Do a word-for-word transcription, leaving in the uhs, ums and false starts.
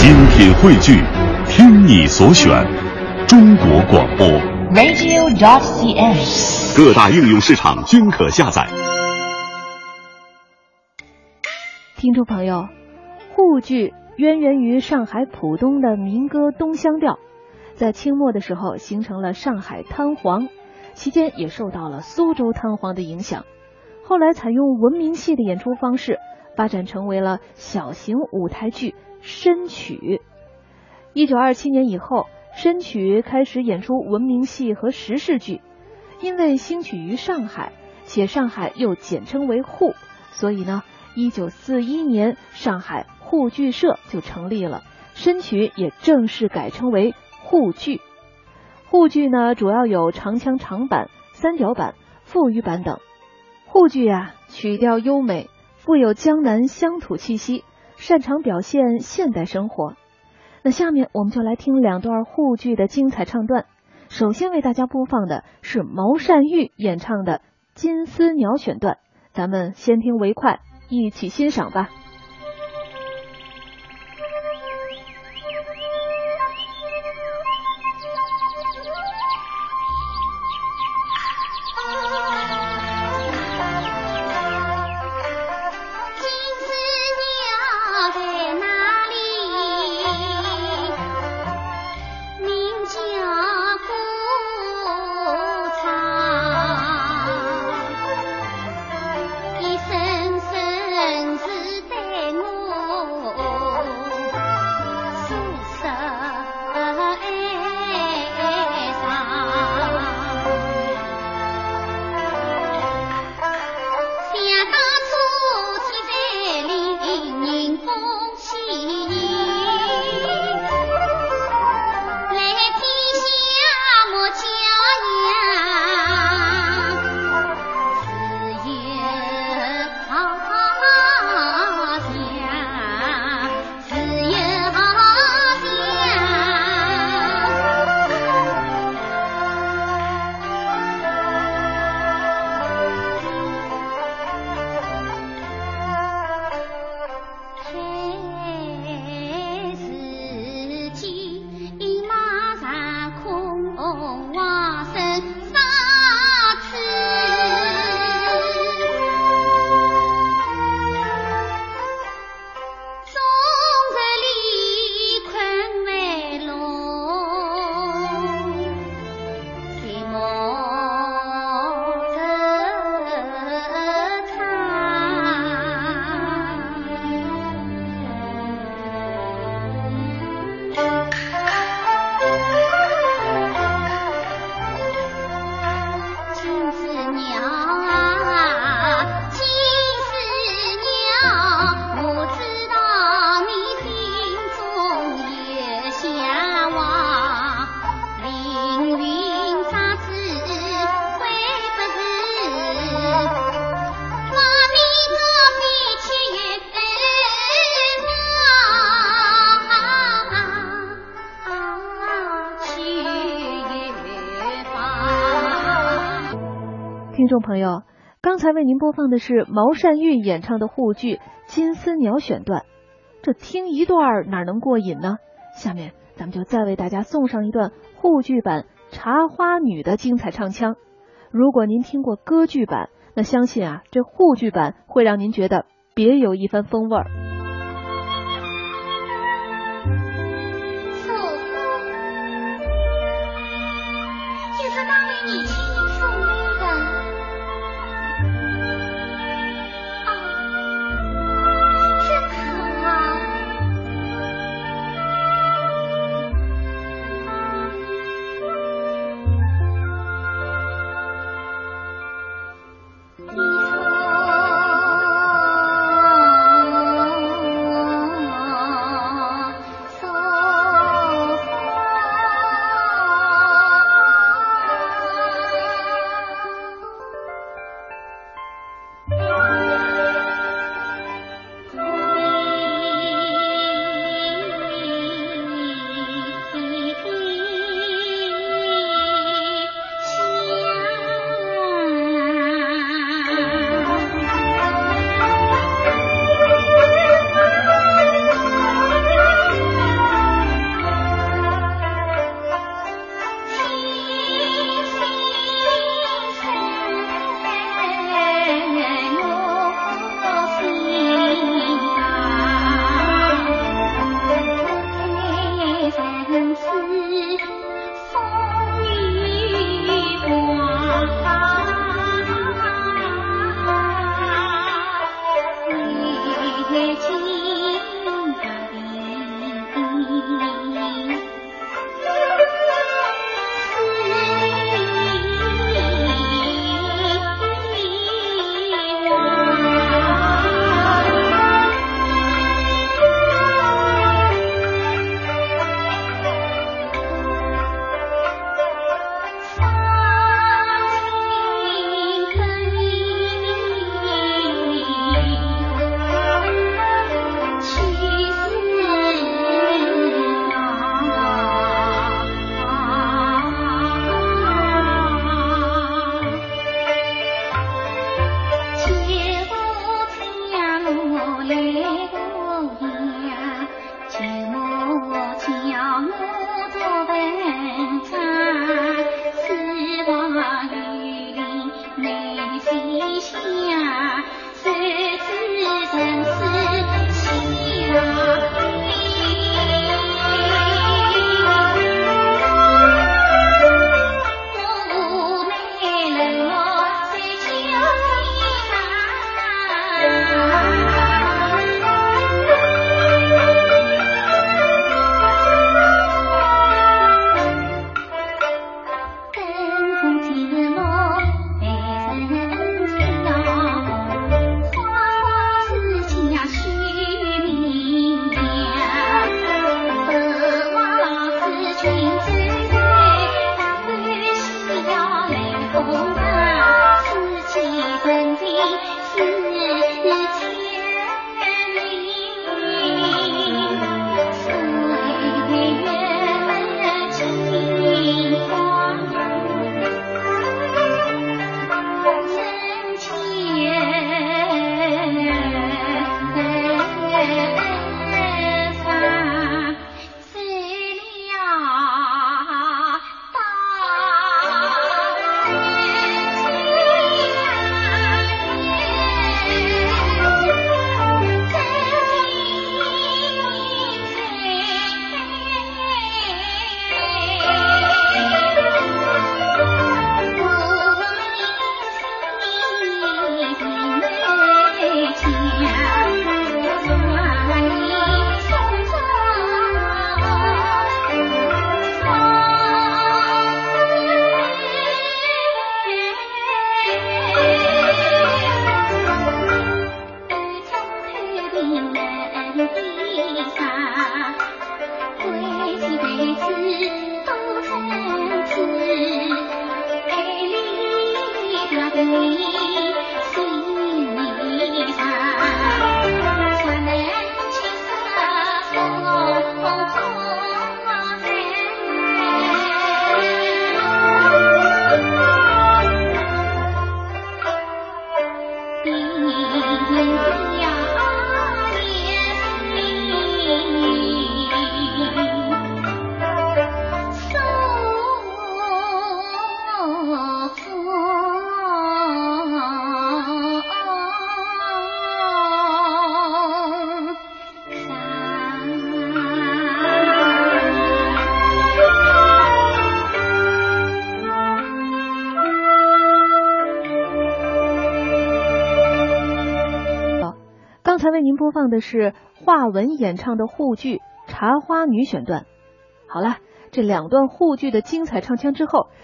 精品汇聚，听你所选，中国广播 radio dot c n， 各大应用市场均可下载。 听众朋友，沪剧渊源于上海浦东的民歌东厢调，在清末的时候形成了上海滩黄，期间也受到了苏州滩黄的影响。后来采用文明戏的演出方式，发展成为了小型舞台剧申曲。一九二七年以后，申曲开始演出文明戏和时事剧。因为兴起于上海，且上海又简称为沪，所以呢一九四一年上海沪剧社就成立了，申曲也正式改称为沪剧。沪剧呢主要有长腔长板、三角板、腹语板等。沪剧啊曲调优美，富有江南乡土气息，擅长表现现代生活。那下面我们就来听两段沪剧的精彩唱段。首先为大家播放的是毛善玉演唱的《金丝鸟》选段，咱们先听为快，一起欣赏吧。听众朋友，刚才为您播放的是毛善玉演唱的沪剧《金丝鸟》选段，这听一段哪能过瘾呢？下面咱们就再为大家送上一段沪剧版《茶花女》的精彩唱腔。如果您听过歌剧版，那相信啊，这沪剧版会让您觉得别有一番风味儿。 就是那位你亲送来的。 你说刚才为您播放的是华文演唱的沪剧《茶花女》选段。好了，这两段沪剧的精彩唱腔之后，